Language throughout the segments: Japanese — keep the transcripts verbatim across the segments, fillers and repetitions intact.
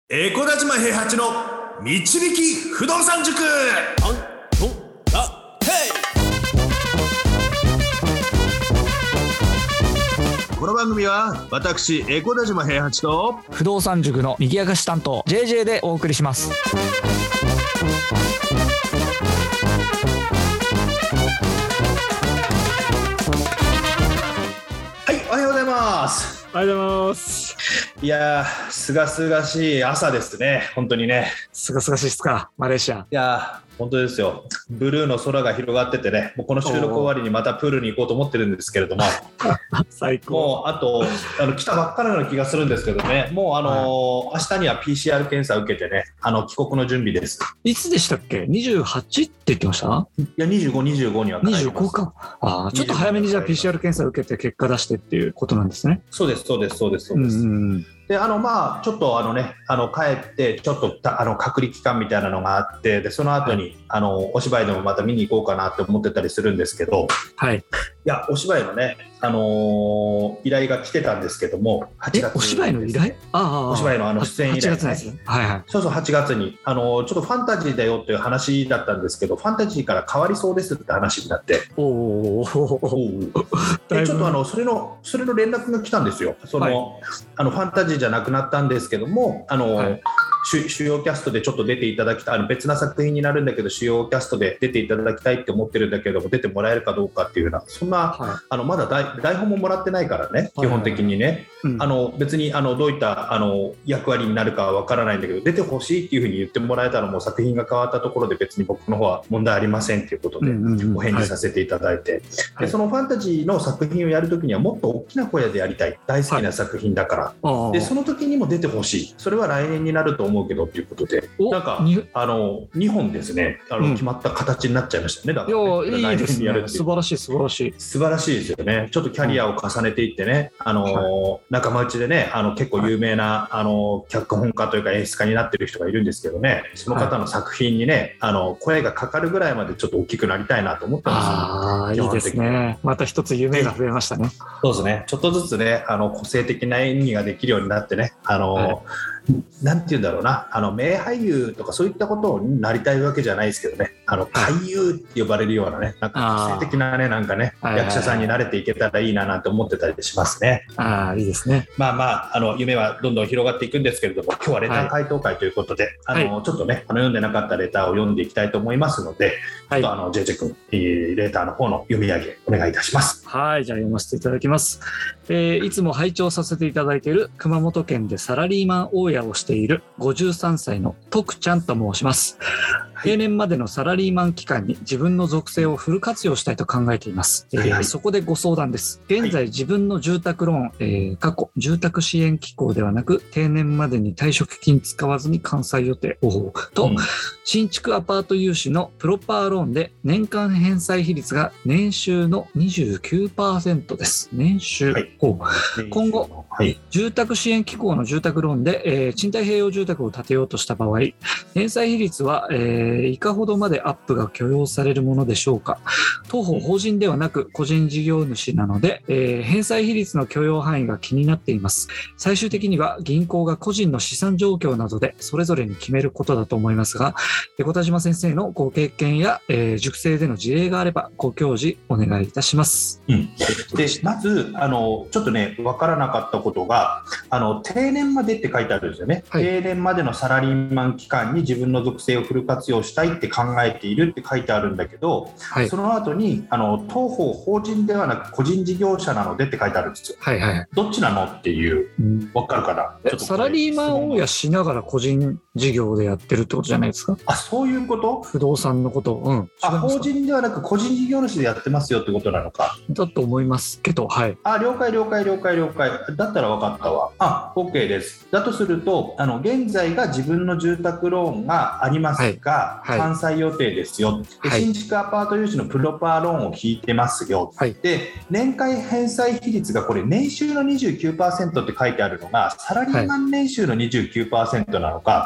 エコダ島平八の導き不動産塾。この番組は私エコダ島平八と不動産塾の右明かし担当 ジェージェー でお送りします。 はい、おはようございます。 おはようございます。 いやー、すがすがしい朝ですね。本当にね。 すがすがしいですか、マレーシア。 いやー、本当ですよ。ブルーの空が広がっててね、もうこの収録終わりにまたプールに行こうと思ってるんですけれども最高。 もうあとあの来たばっかりの気がするんですけどね、もうあのーはい、明日には ピーシーアール 検査を受けてね、あの帰国の準備です。 いつでしたっけ？にじゅうはちって言ってました？ いやにじゅうご、にじゅうごには帰ります。 にじゅうごか。あ、ちょっと早めにじゃあ ピーシーアール 検査を受けて結果出してっていうことなんですね。 そうですそうですそうですそうです。うんうんであのまあ、ちょっとあの、ね、あの帰ってちょっとあの隔離期間みたいなのがあって、でその後に、はい、あのお芝居でもまた見に行こうかなって思ってたりするんですけど、はい、いやお芝居のね、あのー、依頼が来てたんですけども、はちがつ、 お芝居の依頼？ああ、 お芝居のあの出演依頼、ね、 はちがつですね。はいはい、そうそうはちがつに、あのー、ちょっとファンタジーだよっていう話だったんですけど、ファンタジーから変わりそうですって話になって、おーでちょっとあのそれのそれの連絡が来たんですよ。その、はい、あのファンタジーじゃなくなったんですけども、あの、はい、主要キャストでちょっと出ていただきたい、あの別な作品になるんだけど主要キャストで出ていただきたいって思ってるんだけども、出てもらえるかどうかっていうような、そんな、はい、あのまだ 台, 台本ももらってないからね、基本的にね、はいはいはいうん、あの別にあのどういったあの役割になるかはわからないんだけど、出てほしいっていうふうに言ってもらえたら、もう作品が変わったところで別に僕の方は問題ありませんということでお返事させていただいて、うんうんうんはい、でそのファンタジーの作品をやるときにはもっと大きな声でやりたい、大好きな作品だから、はい、でその時にも出てほしい、それは来年になると思うけどということで、なんかあのにほんですね、あの、うん、決まった形になっちゃいましたね。だからね、 いやいいですね、素晴らしい素晴らしい素晴らしいですよね。ちょっとキャリアを重ねていってね、うん、あの、はい、仲間内でね、あの結構有名な、はい、あの脚本家というか演出家になってる人がいるんですけどね、その方の作品にね、はい、あの声がかかるぐらいまでちょっと大きくなりたいなと思ったんですよ。 ああ、いいですね。また一つ夢が増えましたね。 そうですね。ちょっとずつね、あの個性的な演技ができるようになってね、あの、はい、なんて言うんだろうな、あの名俳優とかそういったことになりたいわけじゃないですけどね、あの俳優って呼ばれるようなね、なんか個性的なね、なんかね、役者さんに慣れていけたらいいななんて思ってたりしますね。 ああ、いいですね。 まあまあ、あの夢はどんどん広がっていくんですけれども、今日はレター回答会ということで、はい、あのちょっとね、あの読んでなかったレターを読んでいきたいと思いますので、はい、ちょっとあの ジェージェー 君、レターの方の読み上げお願いいたします。 はい、じゃあ読ませていただきます。えー、いつも拝聴させていただいている熊本県でサラリーマン大家をしているごじゅうさんさいの徳ちゃんと申します。定年までのサラリーマン期間に自分の属性をフル活用したいと考えています。はいはい、えー、そこでご相談です。現在自分の住宅ローン、えー、過去住宅支援機構ではなく定年までに退職金使わずに完済予定と、うん、新築アパート融資のプロパーローンで年間返済比率が年収の にじゅうきゅうパーセント です。年収、はい、今後、はい、住宅支援機構の住宅ローンで、えー、賃貸併用住宅を建てようとした場合、返済比率は、えーいかほどまでアップが許容されるものでしょうか。当方法人ではなく個人事業主なので、えー、返済比率の許容範囲が気になっています。最終的には銀行が個人の資産状況などでそれぞれに決めることだと思いますが、エコ田島先生のご経験や、えー、塾生での事例があればご教示お願いいたします。 うん、でまずあのちょっとね分からなかったことが、あの定年までって書いてあるんですよね。はい、定年までのサラリーマン期間に自分の属性をフル活用したいって考えているって書いてあるんだけど、はい、その後にあの当方法人ではなく個人事業者なのでって書いてあるんですよ。はいはい、どっちなのっていう、うん、分かるかな。 ちょっとサラリーマン大家しながら個人事業でやってるってことじゃないですか。 あ、そういうこと？ 不動産のこと、うん、 あ、法人ではなく個人事業主でやってますよってことなのか。 だと思いますけど、はい。 あ、了解了解了解了解。だったら分かったわ。あ、OK です。だとすると、あの現在が自分の住宅ローンがありますが、はいはい、完済予定ですよ。で、はい、新築アパート融資のプロパーローンを引いてますよ。はい、で、年間返済比率がこれ年収の にじゅうきゅうパーセント って書いてあるのがサラリーマン年収の にじゅうきゅうパーセント なのか、はい、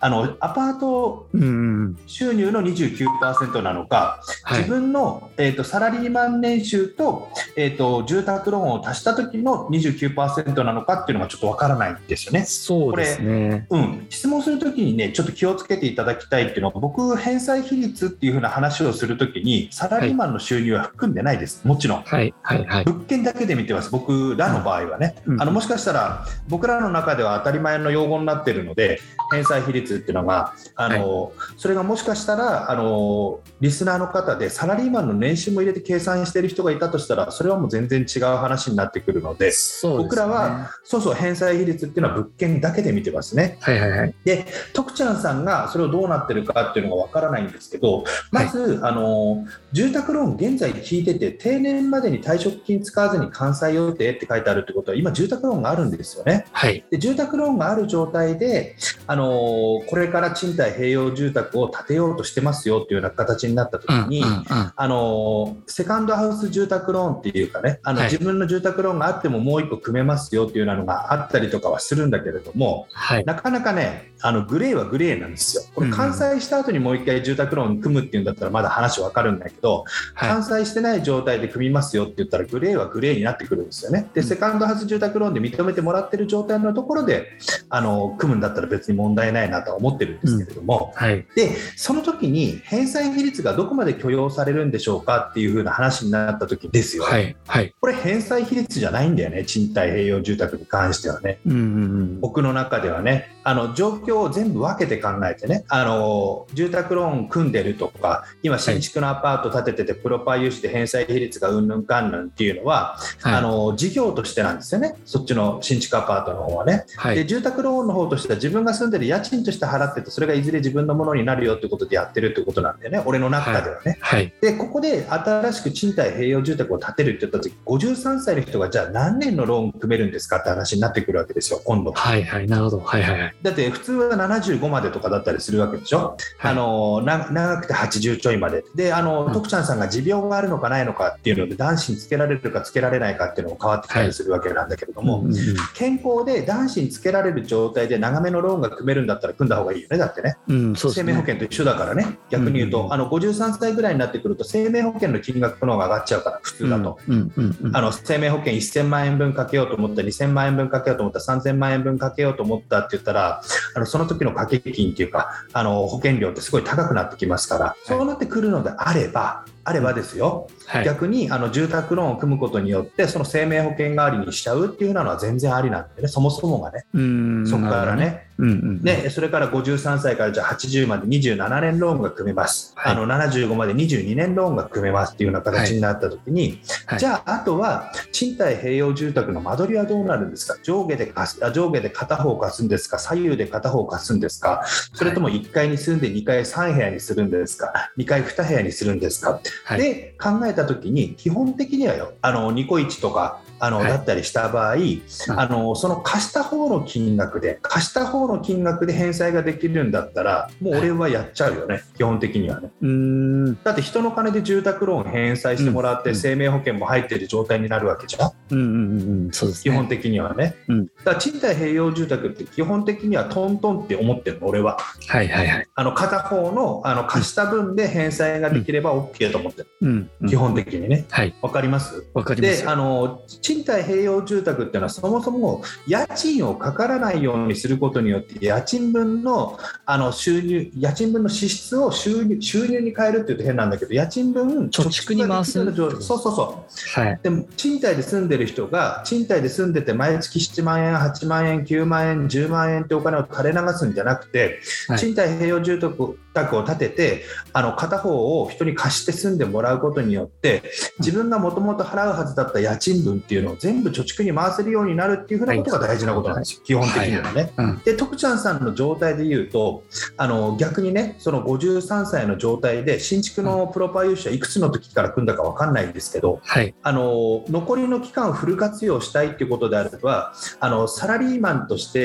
あのアパート収入の にじゅうきゅうパーセント なのか、はい、自分の、えーと、サラリーマン年収と、えーと、住宅ローンを足した時の にじゅうきゅうパーセント なのかっていうのがちょっとわからないんですよね。 そうですね。 これ、うん、質問するときにねちょっと気をつけていただきたいっていうのは、僕返済比率っていう風な話をするときにサラリーマンの収入は含んでないです、もちろん、はいはいはい、物件だけで見てます、僕らの場合はね、うん、あのもしかしたら僕らの中では当たり前の用語になっているので、返済比率っていうのがあの、はい、それがもしかしたらあのリスナーの方でサラリーマンの年収も入れて計算している人がいたとしたら、それはもう全然違う話になってくるので、そうですね、僕らはそうそう返済比率っていうのは物件だけで見てますね。はいはいはい、で徳ちゃんさんがそれをどうなってるかっていうのがわからないんですけど、まず、はい、あの住宅ローン現在聞いてて定年までに退職金使わずに完済予定って書いてあるってことは、今住宅ローンがあるんですよね。はい、で住宅ローンがある状態であのこれから賃貸併用住宅を建てようとしてますよっていうような形になった時に、うんうんうん、あのセカンドハウス住宅ローンっていうかね、あの、はい、自分の住宅ローンがあってももう一個組めますよっていうようなのがあったりとかはするんだけれども、はい、なかなかねあのグレーはグレーなんですよ。これ完済した後にもう一回住宅ローン組むっていうんだったらまだ話わかるんだけど、はい、完済してない状態で組みますよって言ったらグレーはグレーになってくるんですよね。でセカンドハウス住宅ローンで認めてもらってる状態のところであの組むんだったら別に問題ないなとは思ってるんですけれども、うんはい、でその時に返済比率がどこまで許容されるんでしょうかっていう風な話になった時ですよ、はいはい、これ返済比率じゃないんだよね、賃貸併用住宅に関してはね、うんうんうん、僕の中ではねあの状況を全部分けて考えてね、あの住宅ローン組んでるとか今新築のアパート建てててプロパー融資で返済比率がうんぬんかんぬんっていうのは、はい、あの事業としてなんですよね、そっちの新築アパートの方はね、はい、で住宅ローンの方としては自分が住んでる家賃として払ってて、それがいずれ自分のものになるよってことでやってるってことなんだよね、俺の中ではね、はいはい、でここで新しく賃貸併用住宅を建てるって言った時、ごじゅうさんさいの人がじゃあ何年のローン組めるんですかって話になってくるわけですよ今度。はいはい、なるほど、はいはいはい、だって普通はななじゅうごまでとかだったりするわけでしょ、はい、あのな長くてはちじゅうちょいまでで、あの、うん、徳ちゃんさんが持病があるのかないのかっていうので男子につけられるかつけられないかっていうのも変わってきたりするわけなんだけれども、はいうんうんうん、健康で男子につけられる状態で長めのローンが組めるんだったら組んだ方がいいよね、だってね、うん、そうですね、生命保険と一緒だからね、逆に言うと、うんうん、あのごじゅうさんさいぐらいになってくると生命保険の金額の方が上がっちゃうから普通だと、うんうんうんうん、あの生命保険せんまんえんぶんかけようと思ったにせんまんえんぶんかけようと思ったさんぜんまんえんぶんかけようと思ったって言ったら、あのその時の掛け金っていうかあの保険料ってすごい高くなってきますから、はい、そうなってくるのであればあればですよ、はい、逆にあの住宅ローンを組むことによってその生命保険代わりにしちゃうっていうのは全然ありなんでね、そもそもがね、うーんそこからね、うんうんうん、でそれからごじゅうさんさいからじゃあはちじゅうまでにじゅうななねんローンが組めます、はい、あのななじゅうごまでにじゅうにねんローンが組めますっていうような形になった時に、はい、じゃああとは賃貸併用住宅の間取りはどうなるんですか、上下で貸す上下で片方貸すんですか、左右で片方貸すんですか、それともいっかいに住んでにかいさんへやにするんですか、にかいにへやにするんですか、はい、で考えた時に基本的にはよあのニコイチとかあの、はい、だったりした場合、あのその貸した方の金額で貸した方の金額で返済ができるんだったらもう俺はやっちゃうよね、はい、基本的にはね。うーんだって人の金で住宅ローン返済してもらって、うん、生命保険も入っている状態になるわけじゃん、うんうんうん、そうですね、基本的にはね、うん、だから賃貸併用住宅って基本的にはトントンって思ってるの俺は、はいはいはい、あの片方 の, あの貸した分で返済ができれば OK と思ってる、うんうん、基本的にね、はい、わかります？わかります。であの賃貸併用住宅っていうのはそもそも家賃をかからないようにすることによって家賃分 の, あの収入家賃分の支出を収 入, 収入に変えるっていうと変なんだけど、家賃分貯蓄に回す。そうそうそう、はい、でも賃貸で住んでる人が賃貸で住んでて毎月ななまんえんはちまんえんきゅうまんえんじゅうまんえんってお金を垂れ流すんじゃなくて、はい、賃貸併用住宅を建ててあの片方を人に貸して住んでもらうことによって自分がもともと払うはずだった家賃分っていうのを全部貯蓄に回せるようになるっていうふうなことが大事なことなんですよ、はい、基本的にはね、はいはい、で徳ちゃんさんの状態で言うとあの逆にねそのごじゅうさんさいの状態で新築のプロパー融資はいくつの時から組んだか分かんないんですけど、はい、あの残りの期間をフル活用したいっていうことであればあのサラリーマンとして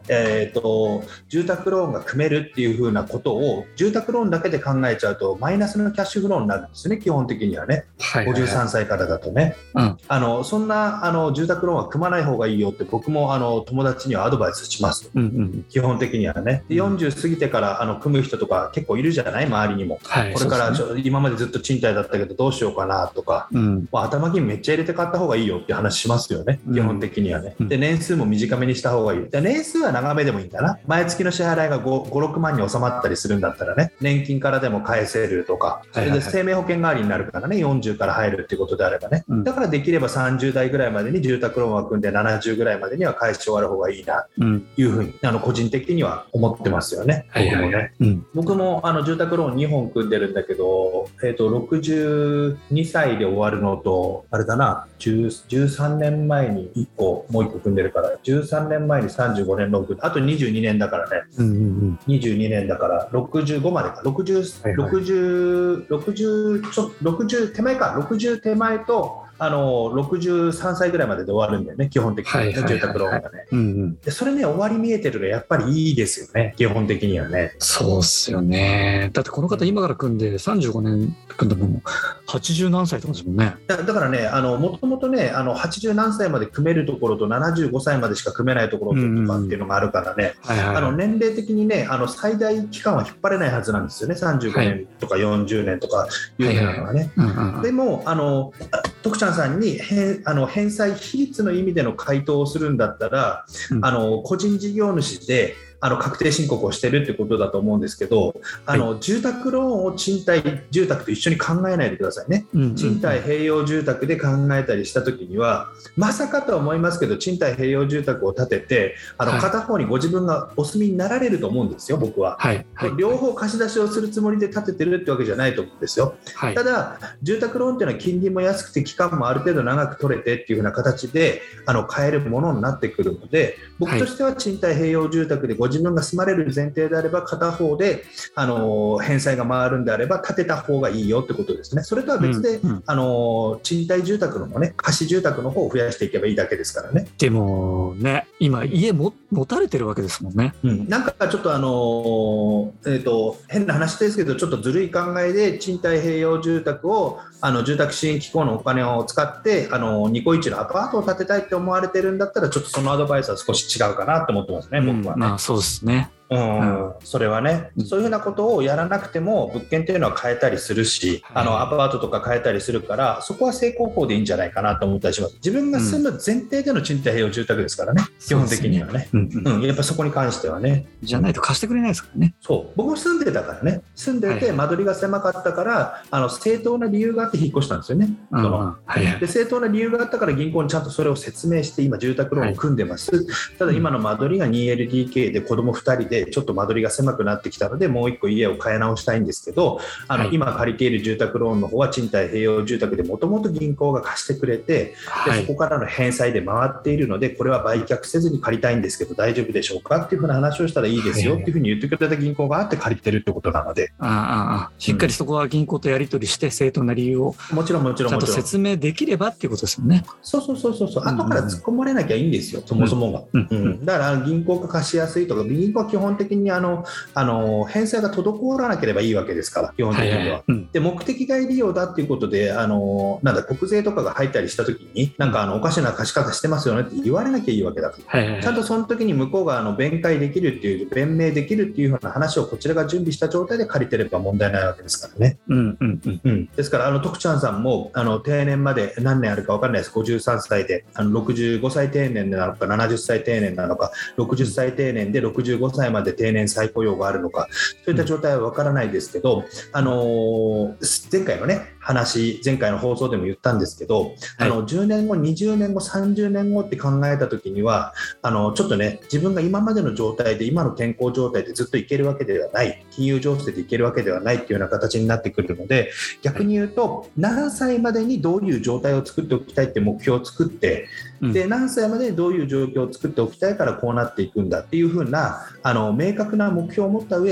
えー、と住宅ローンが組めるっていう風なことを住宅ローンだけで考えちゃうとマイナスのキャッシュフローになるんですね、基本的にはね、 はいはいはい、 ごじゅうさんさいからだとね、うん、あのそんなあの住宅ローンは組まない方がいいよって僕もあの友達にはアドバイスします、うんうん、基本的にはね。でよんじゅう過ぎてからあの組む人とか結構いるじゃない、周りにも、はい、これからちょ、ね、今までずっと賃貸だったけどどうしようかなとか、うん、まあ、頭金めっちゃ入れて買った方がいいよって話しますよね、基本的にはね。で年数も短めにした方がいい。で年数は長めでもいいんだな。毎月の支払いがご、ろくまんに収まったりするんだったらね、年金からでも返せるとか、それで生命保険代わりになるからね、よんじゅうから入るっていうことであればね、だからできればさんじゅう代ぐらいまでに住宅ローンは組んでななじゅうぐらいまでには返して終わる方がいいなというふうに、あの個人的には思ってますよね、僕もね。うん、僕もあの住宅ローンにほん組んでるんだけど、えーと、ろくじゅうにさいで終わるのと、あれだな、じゅうさんねんまえにいっこ、もういっこ組んでるから、じゅうさんねんまえにさんじゅうごねんローン組んで、あとにじゅうにねんだからね、うんうんうん、にじゅうにねんだからろくじゅうごまでか、ろくじゅう、はいはい、ろくじゅう、ろくじゅう、ちょ、ろくじゅう手前か、ろくじゅう手前と、あのろくじゅうさんさいぐらいまでで終わるんだよね、基本的に、はいはいはいはい、住宅ローンがね、うんうん、でそれね、終わり見えてるのやっぱりいいですよね、基本的にはね。 そうっすよね。だってこの方今から組んでさんじゅうごねん組んだもんはちじゅう何歳とかですもんね。 だ, だからね、あのもともとね、あのはちじゅう何歳まで組めるところとななじゅうごさいまでしか組めないところとかっていうのがあるからね、うんうん、はいはい、あの年齢的にね、あの最大期間は引っ張れないはずなんですよね、さんじゅうごねんとかよんじゅうねんとかいうのはね。でもあの徳ちゃんさんに返あの返済比率の意味での回答をするんだったら、うん、あの個人事業主であの確定申告をしてるってことだと思うんですけど、あの、はい、住宅ローンを賃貸住宅と一緒に考えないでくださいね、うんうんうん、賃貸併用住宅で考えたりしたときにはまさかとは思いますけど、賃貸併用住宅を建ててあの片方にご自分がお住みになられると思うんですよ、僕は、はいはい、両方貸し出しをするつもりで建ててるってわけじゃないと思うんですよ、はい、ただ住宅ローンっていうのは金利も安くて期間もある程度長く取れてっていう風な形であの買えるものになってくるので、僕としては賃貸併用住宅でご自分が住まれる前提であれば片方であの返済が回るんであれば建てた方がいいよってことですね。それとは別で、うんうん、あの賃貸住宅のもね、貸し住宅の方を増やしていけばいいだけですからね。 でもね、今家も持たれてるわけですもんね、 うん、なんかちょっとあの、えーと、変な話ですけどちょっとずるい考えで賃貸併用住宅をあの住宅支援機構のお金を使ってあのニコイチのアパートを建てたいって思われてるんだったらちょっとそのアドバイスは少し違うかなと思ってますね、僕はね、 うん、まあそうですね、 うんうん、それはね、そういうふうなことをやらなくても物件というのは買えたりするし、はい、あのアパートとか買えたりするからそこは正攻法でいいんじゃないかなと思ったりします。自分が住む前提での賃貸併用住宅ですからね、うん、基本的にはね、うんうんうん、やっぱそこに関してはね、 じゃないと貸してくれないですからね。 そう、僕も住んでたからね、住んでて間取りが狭かったから、はい、あの正当な理由があって引っ越したんですよね、その、はいはい、で正当な理由があったから銀行にちゃんとそれを説明して今住宅ローンを組んでます、はい、ただ今の間取りが にエルディーケー で子供ふたりでちょっと間取りが狭くなってきたのでもう一個家を買い直したいんですけど、あの、はい、今借りている住宅ローンの方は賃貸併用住宅でもともと銀行が貸してくれて、はい、でそこからの返済で回っているのでこれは売却せずに借りたいんですけど大丈夫でしょうかっていうふうな話をしたらいいですよっていうふうに言ってくれた銀行があって借りてるってことなので、 あああしっかりそこは銀行とやり取りして正当な理由をもちろんもちろんちゃんと説明できればっていうことですよね。 そうそうそうそうそう、後から突っ込まれなきゃいいんですよ、そもそもが、うんうんうん、だから銀行が貸しやすいとか銀行は基本的にあのあの返済が滞らなければいいわけですから基本的には、はいはいうん、で目的外利用だっていうことであのなんだ国税とかが入ったりした時になんかあのおかしな貸し方してますよねって言われなきゃいいわけだから、はいはいはい、ちゃんとその時に向こうがあの弁解できるっていう弁明できるっていうような話をこちらが準備した状態で借りてれば問題ないわけですからね、うんうんうんうん、ですからあの徳ちゃんさんもあの定年まで何年あるか分からないです。ごじゅうさんさいであのろくじゅうごさい定年なのかななじゅっさい定年なのかろくじゅっさい定年でろくじゅうごさいまで定年再雇用があるのかそういった状態は分からないですけど、あのー、前回のね話前回の放送でも言ったんですけど、はい、あのじゅうねんごにじゅうねんごさんじゅうねんごって考えた時にはあのちょっとね自分が今までの状態で今の健康状態でずっといけるわけではない、金融情勢でいけるわけではないっていうような形になってくるので、逆に言うと何歳までにどういう状態を作っておきたいって目標を作って、うん、で何歳までにどういう状況を作っておきたいからこうなっていくんだっていう風なあの明確な目標を持った上で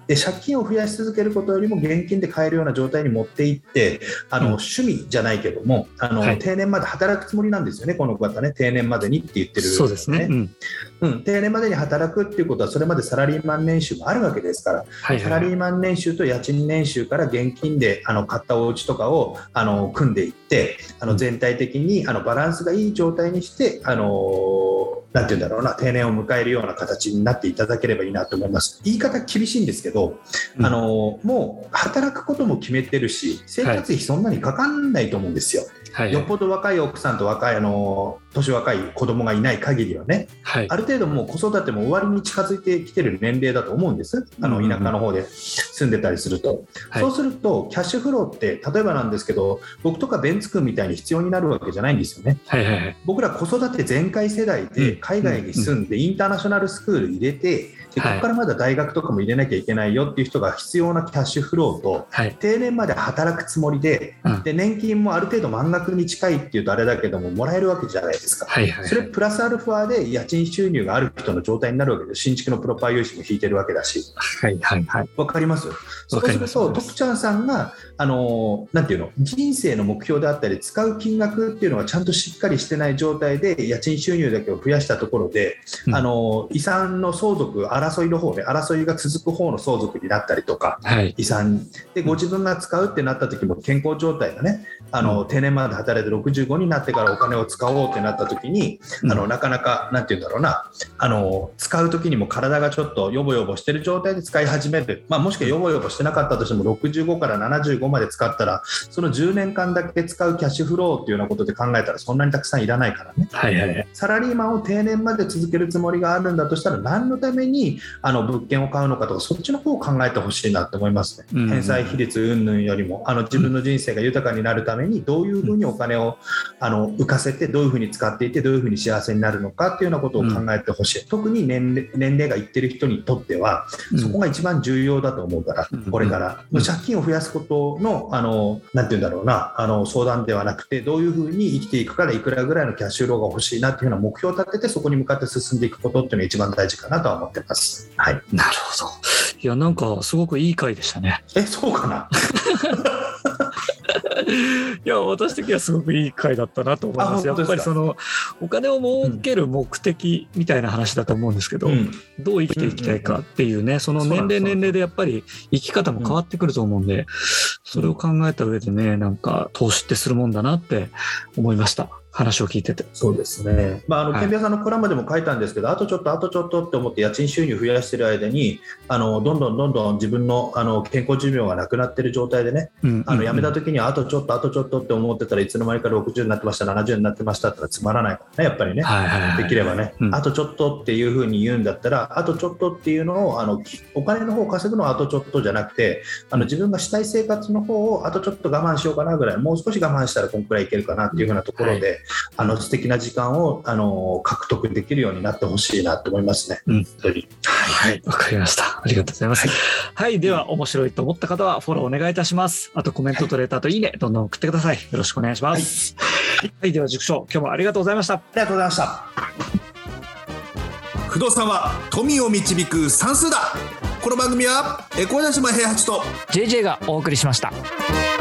で借金を増やし続けることよりも現金で買えるような状態に持っていってあの、うん、趣味じゃないけどもあの、はい、定年まで働くつもりなんですよね、この方ね。定年までにって言ってる、ね、 そうですね、うんうん、定年までに働くっていうことはそれまでサラリーマン年収もあるわけですから、はいはいはい、サラリーマン年収と家賃年収から現金であの買ったお家とかをあの組んでいってあの全体的にあのバランスがいい状態にしてあのなんて言うんだろうな、定年を迎えるような形になっていただければいいなと思います。言い方厳しいんですけど、うん、あのもう働くことも決めてるし生活費そんなにかかんないと思うんですよ、はい、よっぽど若い奥さんと若いあの年若い子供がいない限りはね、はい、ある程度もう子育ても終わりに近づいてきてる年齢だと思うんです。あの田舎の方で住んでたりすると、はい、そうするとキャッシュフローって例えばなんですけど僕とかベンツ君みたいに必要になるわけじゃないんですよね、はいはいはい、僕ら子育て全開世代で海外に住んでインターナショナルスクール入れてでここからまだ大学とかも入れなきゃいけないよっていう人が必要なキャッシュフローと、はい、定年まで働くつもり で,、うん、で年金もある程度満額に近いっていうとあれだけどももらえるわけじゃないですか、はいはいはい、それプラスアルファで家賃収入がある人の状態になるわけで新築のプロパー融資も引いてるわけだし、はいはいはい、わかります。そうすると徳ちゃんさんがあのなんていうの人生の目標であったり使う金額っていうのがちゃんとしっかりしてない状態で家賃収入だけを増やしたところで、うん、あの遺産の相続争いの方で争いが続く方の相続になったりとか、はい、遺産でご自分が使うってなった時も健康状態がねあの、うん、定年まで働いてろくじゅうごになってからお金を使おうってなった時に、うん、あのなかなかなんていうんだろうなあの使う時にも体がちょっとヨボヨボしてる状態で使い始める、まあ、もしくはヨボヨボしてなかったとしてもろくじゅうごからななじゅうごまで使ったらそのじゅうねんかんだけ使うキャッシュフローっていうようなことで考えたらそんなにたくさんいらないからね、はいはいはい、サラリーマンを定年まで続けるつもりがあるんだとしたら何のためにあの物件を買うのかとかそっちの方を考えてほしいなと思いますね、うんうん、返済比率云々よりもあの自分の人生が豊かになるためにどういうふうにお金をあの浮かせてどういうふうに使っていてどういうふうに幸せになるのかっていうようなことを考えてほしい、うん、特に 年, 年齢がいってる人にとってはそこが一番重要だと思うから、うん、これから、うん、借金を増やすことのあのなんていうんだろうなあの相談ではなくてどういうふうに生きていくからいくらぐらいのキャッシュフローが欲しいなっていうような目標を立ててそこに向かって進んでいくことっていうのが一番大事かなとは思ってます、はい、 なるほど。いやなんかすごくいい回でしたね。 えそうかないや私的にはすごくいい回だったなと思います。やっぱりそのお金を儲ける目的みたいな話だと思うんですけど、うん、どう生きていきたいかっていうね、その年齢年齢でやっぱり生き方も変わってくると思うんで、それを考えた上でねなんか投資ってするもんだなって思いました。話を聞いてて。 そうですね、まあ、あのケンビアさんのコラムでも書いたんですけど、はい、あとちょっとあとちょっとって思って家賃収入増やしてる間にあのどんどんどんどん自分 の, あの健康寿命がなくなってる状態でね、うんうんうん、あの辞めた時にはあとちょっとあとちょっとって思ってたらいつの間にかろくじゅうになってましたななじゅうになってましたってのはつまらないからねやっぱりね、はいはいはい、できればね、うん、あとちょっとっていう風に言うんだったらあとちょっとっていうのをあのお金の方を稼ぐのはあとちょっとじゃなくてあの自分がしたい生活の方をあとちょっと我慢しようかなぐらいもう少し我慢したらこんくらいいけるかなっていう風なところで、はい、あの素敵な時間をあの獲得できるようになってほしいなと思いますね。うん、本当に。 はい、わかりました。ありがとうございます。はい、はい、では面白いと思った方はフォローお願いいたします。あとコメントとレターといいね、どんどん送ってください。よろしくお願いします。はい、はい、では塾長、今日もありがとうございました。ありがとうございました。不動産は富を導く算数だ。この番組は小柳島平八とジェイジェイ がお送りしました。